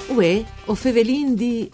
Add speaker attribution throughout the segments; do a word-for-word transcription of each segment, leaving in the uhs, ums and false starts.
Speaker 1: Uè, o fevelin di...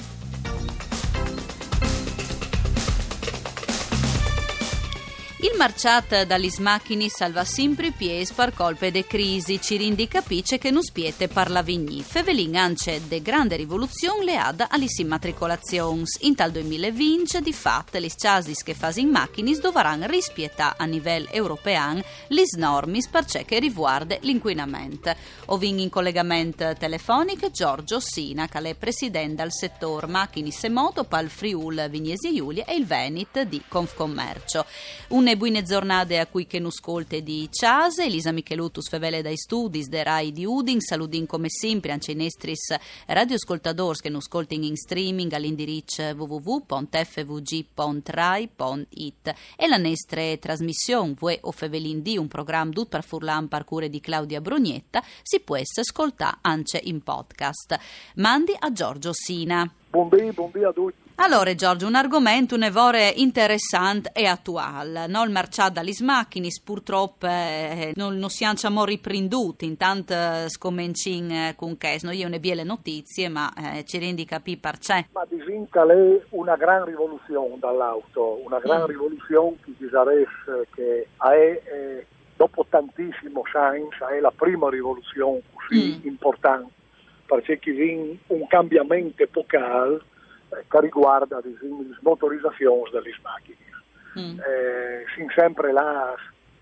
Speaker 2: Il marciat dagli smacchini salva sempre pies par colpe de crisi, ci rindi capice che non spiete par la vigni. Fevelin ance de grande rivoluzione le ad alle immatricolazions. In tal duemilaventi, di fatto, le chasis che fasi in macchinis dovranno rispietà a livello europeo le normis per ciò che riguarda l'inquinamento. Ovin in collegamento telefonico Giorgio Sina, che è presidente del settore macchinis e moto pal Friul Vignesi Giulia e il Venit di Confcommercio. Un buone giornate a cui che nu scolte di Ciase, Elisa Michelutus fevele dai studi de Rai di Udin, saludin come sempre anche i nestris radioascoltadors che nu scoltin in streaming all'indirizzo w w w punto f v g punto rai punto it e la nostra trasmissione Vue o Fevelin di un programma tut per furlan parcure di Claudia Brugnetta si può ascoltare anche in podcast. Mandi a Giorgio Sina.
Speaker 3: Buondì, buondì a tutti.
Speaker 2: Allora Giorgio, un argomento, un evore interessante e attuale, no? Il marciato dagli smacchinis purtroppo eh, non, non siamo riprenduti, intanto scomincin eh, con che non io ne biele notizie, ma eh, ci rendi capire per c'è.
Speaker 3: Ma divinta lei una gran rivoluzione dall'auto, una gran mm. rivoluzione che ci sarebbe che è, eh, dopo tantissimo science, è la prima rivoluzione così mm. importante, perché ci viene un cambiamento epocale che riguarda le motorizzazioni delle macchine. Mm. Eh, sin sempre là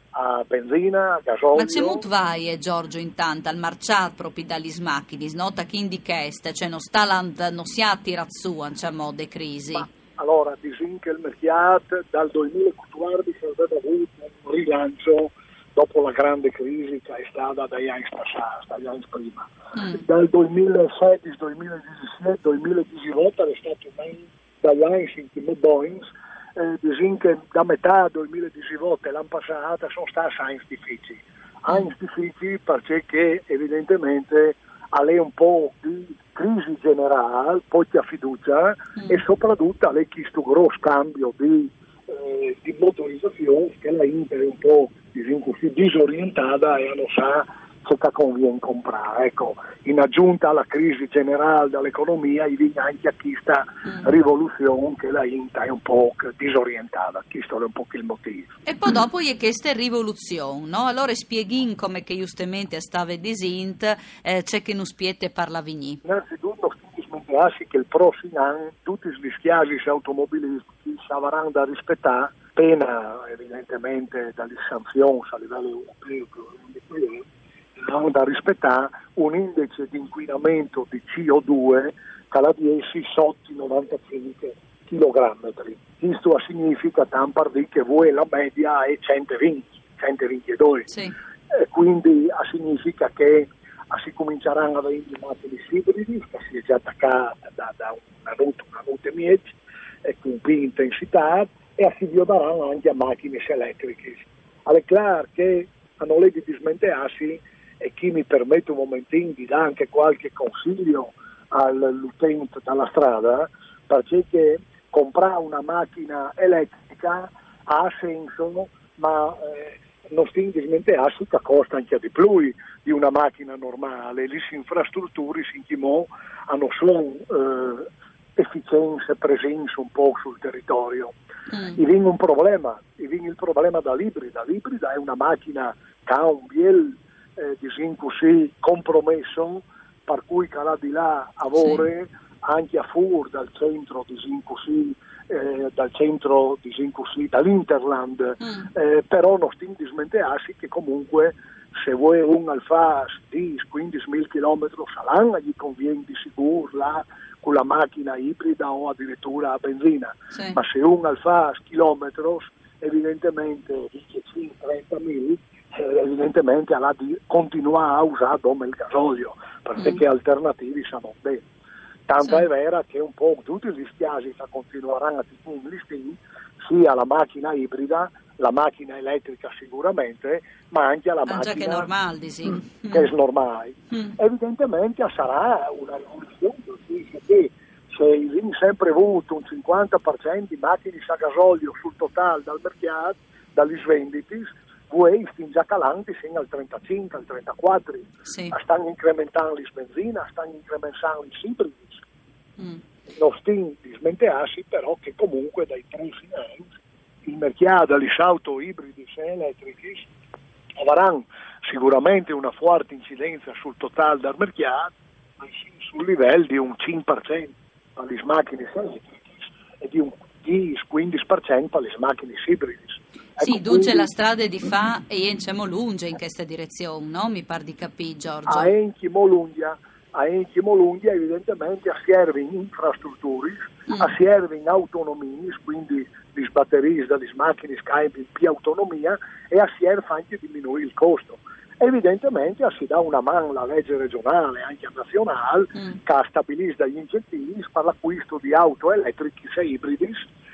Speaker 3: a benzina, a gasolio.
Speaker 2: Ma c'è molto vai, eh, Giorgio, intanto al marciato proprio dagli macchine, nota che indicheste, cioè non sta non si attira su, diciamo, de crisi. Ma,
Speaker 3: allora, disin che il mercato dal duemilaquattordici aveva avuto un rilancio dopo la grande crisi che è stata dagli anni passati, dagli anni prima. Mm. Dal duemilasedici, duemiladiciassette, duemiladiciotto è stato un dagli anni in cui Boeing, eh, dicono che da metà duemiladiciotto e l'anno passato sono stati anni difficili. Anni difficili perché evidentemente è un po' di crisi generale, poi c'è fiducia mm. e soprattutto è questo grosso cambio di, eh, di motorizzazione che la Inter è un po' così disorientata e non sa se ti conviene comprare. Ecco, in aggiunta alla crisi generale dell'economia, i viene anche a questa mm. rivoluzione che la Inter è un po' disorientata, questo è un po' il motivo.
Speaker 2: E poi dopo è questa rivoluzione, no? Allora spieghin come che giustamente stava disint, eh, c'è che non spiete parlavigni.
Speaker 3: Innanzitutto smentirsi che il prossimo anno tutti gli schiavi automobilisti saranno da rispettare, pena evidentemente dalle sanzioni a livello europeo, hanno da rispettare un indice di inquinamento di C O due che la dieci sotto i novantacinque chilogrammetri. Questo significa tampar di che voi la media è centoventi, centoventidue. Sì. E quindi significa che si cominceranno a vendere macchine ibridi, che si è già attaccata da, da una notte, una notte e mezza, e con più intensità, e si daranno anche a macchine elettriche. È chiaro che hanno le di smentearsi e chi mi permette un momentino di dare anche qualche consiglio all'utente dalla strada, perché comprare una macchina elettrica ha senso, ma eh, non si smentearsi che costa anche di più di una macchina normale. Le infrastrutture in Chimò hanno solo eh, efficienze, presenza un po' sul territorio. Mm. E viene un problema, e viene il problema dall'ibrida. L'ibrida è una macchina che ha un biel eh, diciamo così compromesso, per cui che di là a Vore, sì. anche a fuori dal centro diciamo così, eh, dal centro diciamo così, dall'Interland, mm. eh, però non stiamo dismentearsi che comunque se vuoi un Alfa dieci quindicimila chilometri all'anno gli conviene di sicuro là con la macchina ibrida o addirittura a benzina, sì. ma se un Alfa chilometri evidentemente dieci trentamila eh, evidentemente ha di continuare a usare come il gasolio perché mm. alternativi sono bene. Tanto sì. è vera che un po' tutti gli schiavi che continueranno a tenere gli stili sia la macchina ibrida, la macchina elettrica sicuramente, ma anche alla ah, macchina
Speaker 2: che è normale, sì.
Speaker 3: mm. che è normale. Mm. Evidentemente sarà una rivoluzione, sì, se viene sempre avuto un cinquanta per cento di macchine a gasolio sul totale dal mercato, dagli svenditi, Voi già calanti fino al trentacinque, al trentaquattro,
Speaker 2: sì.
Speaker 3: stanno incrementando le benzina, stanno incrementando i ibridi.
Speaker 2: Mm.
Speaker 3: Non stiamo dismentearsi però che comunque dai prossimi anni il mercato delle auto ibridi e elettrici avranno sicuramente una forte incidenza sul totale del mercato, ma sul livello di un cinque per cento per le macchine elettriche e di un dieci quindici per cento per le macchine ibridi.
Speaker 2: Sì,
Speaker 3: ecco,
Speaker 2: dunque
Speaker 3: quindi,
Speaker 2: la strada di fa e enciamo lunge in questa direzione, no? Mi par di capire, Giorgio.
Speaker 3: A Enchimo Lungia, a Enchimo Lungia evidentemente a serve in infrastrutture,
Speaker 2: Mm.
Speaker 3: a serve in autonomie, quindi le batterie delle macchine scambiano più autonomia e a serve anche diminuire il costo. Evidentemente si dà una mano alla legge regionale, anche nazionale,
Speaker 2: Mm.
Speaker 3: che stabilisce gli incentivi per l'acquisto di auto elettriche e ibridi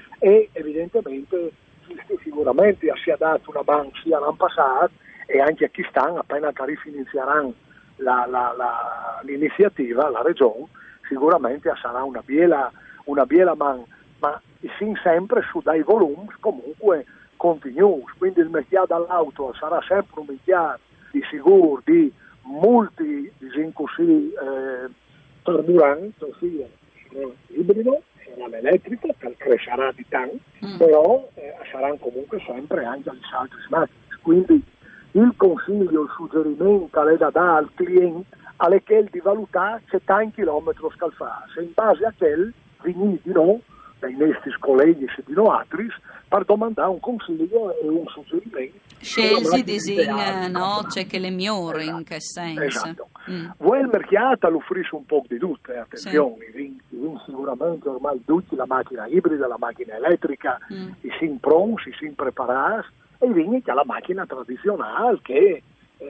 Speaker 3: e evidentemente sicuramente si è dato una mano sia l'anno passato e anche a chi stanno appena che rifinanzieranno la, la, la, l'iniziativa, la regione, sicuramente sarà una biela, una biela mano, ma sin sempre su dai volumi comunque continui, quindi il mercato dell'auto sarà sempre un mercato di sicuro, di multi, diciamo così, eh, carburanti, ossia sarà ibrido, sarà l'elettrico, che crescerà di tanto,
Speaker 2: Mm.
Speaker 3: però eh, saranno comunque sempre anche le altre macchine. Quindi il consiglio, il suggerimento che da dà al cliente è che di valutare se tanti chilometri scalfare, se in base a quel venire di no, dai nostri colleghi e di no altri, per domandare un consiglio e un suggerimento.
Speaker 2: Scelsi disin, no? C'è che le migliori in che senso.
Speaker 3: Esatto.
Speaker 2: Mm.
Speaker 3: Voi il mercato lo offrisce un po' di tutte, attenzione, sì. vin, vin sicuramente ormai tutti la macchina ibrida, la macchina elettrica,
Speaker 2: Mm.
Speaker 3: si si pronti, si si preparati e vin che la macchina tradizionale che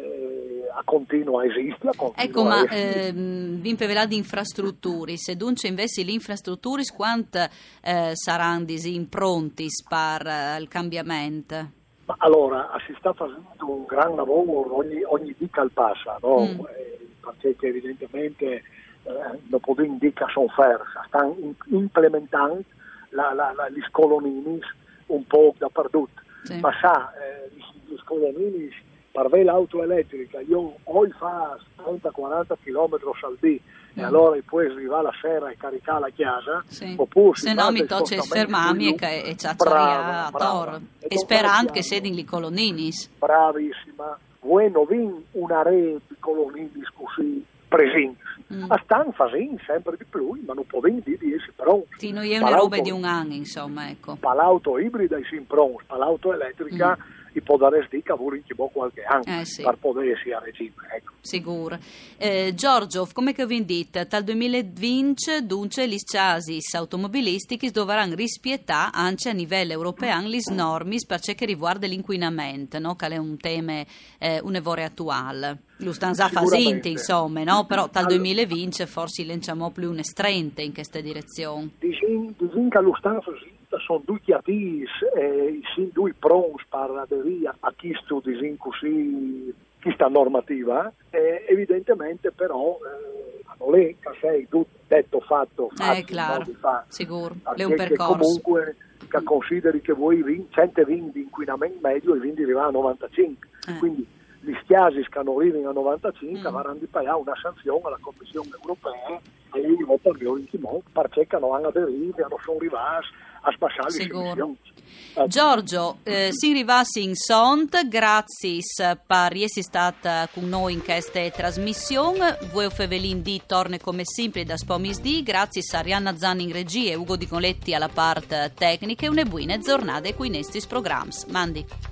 Speaker 3: eh, continua a esistere. Continua
Speaker 2: Ecco, ma
Speaker 3: a essere.
Speaker 2: ehm, vi impevela di infrastrutture, se dunque invece le infrastrutture quanto eh, saranno impronti per eh, il cambiamento?
Speaker 3: Ma allora, si sta facendo un gran lavoro ogni, ogni dica al passa, no?
Speaker 2: Mm.
Speaker 3: Eh, perché evidentemente eh, dopo due dica sono ferse, stanno in, implementando la, la, la, gli scolonini un po' dappertutto.
Speaker 2: Sì.
Speaker 3: Ma sa, eh, gli, gli scolonini, per avere l'auto elettrica, io o fa trenta quaranta chilometri al dì e allora poi arrivare la sera e caricare la chiesa,
Speaker 2: Sì.
Speaker 3: oppure
Speaker 2: Se no mi tocca sfermarmi e, e ciacciaria a tor e sperando che sedin li coloninis.
Speaker 3: Bravissima, voi non vin una rete di coloninis così presenti,
Speaker 2: Mm.
Speaker 3: a stanno facendo sempre di più, ma non può venire di essere pronti.
Speaker 2: Sì, noi è una roba di un anno, insomma, ecco.
Speaker 3: Per l'auto ibrida si pronti, per l'auto elettrica
Speaker 2: Mm.
Speaker 3: i podaresti di che vuole in qualche anno
Speaker 2: Eh, sì.
Speaker 3: per poter essere a regime, ecco.
Speaker 2: Sicuro. Eh, Giorgio, come che vi dite, dal duemilaventi dunque gli chasis automobilistici dovranno rispettare anche a livello europeo le norme per ciò che riguarda l'inquinamento, no? Che è un tema, eh, un evore attuale. Lo stanno già facendo, insomma, no? Però dal
Speaker 3: Allora,
Speaker 2: duemilaventi forse lanciamo più un estrente in questa direzione.
Speaker 3: Diciamo che allo stanno facendo sono due chiatis e si due pronti per aderire a questo disegno così questa normativa eh, evidentemente però eh, non è che sei tutto detto fatto fatto
Speaker 2: Eh, claro,
Speaker 3: no, fa,
Speaker 2: sicuro,
Speaker 3: perché
Speaker 2: è un percorso.
Speaker 3: che comunque che consideri che voi vin, cento vin di inquinamento medio e vin di arrivare a novantacinque
Speaker 2: Eh.
Speaker 3: quindi gli schiasi che non arrivano a novantacinque
Speaker 2: Mm.
Speaker 3: avranno di pagare una sanzione alla Commissione europea all'Europa perché non hanno aderito, non sono arrivati a spassare le
Speaker 2: Sicuro.
Speaker 3: emissioni.
Speaker 2: Giorgio, eh, si rivassi in sont, grazie per essere stata con noi in questa trasmissione. Voi Fevelin D torna come sempre da Spomis D, grazie a Arianna Zanni in regia e Ugo Di Coletti alla parte tecnica e una buona giornata con i nostri programmi. Mandi.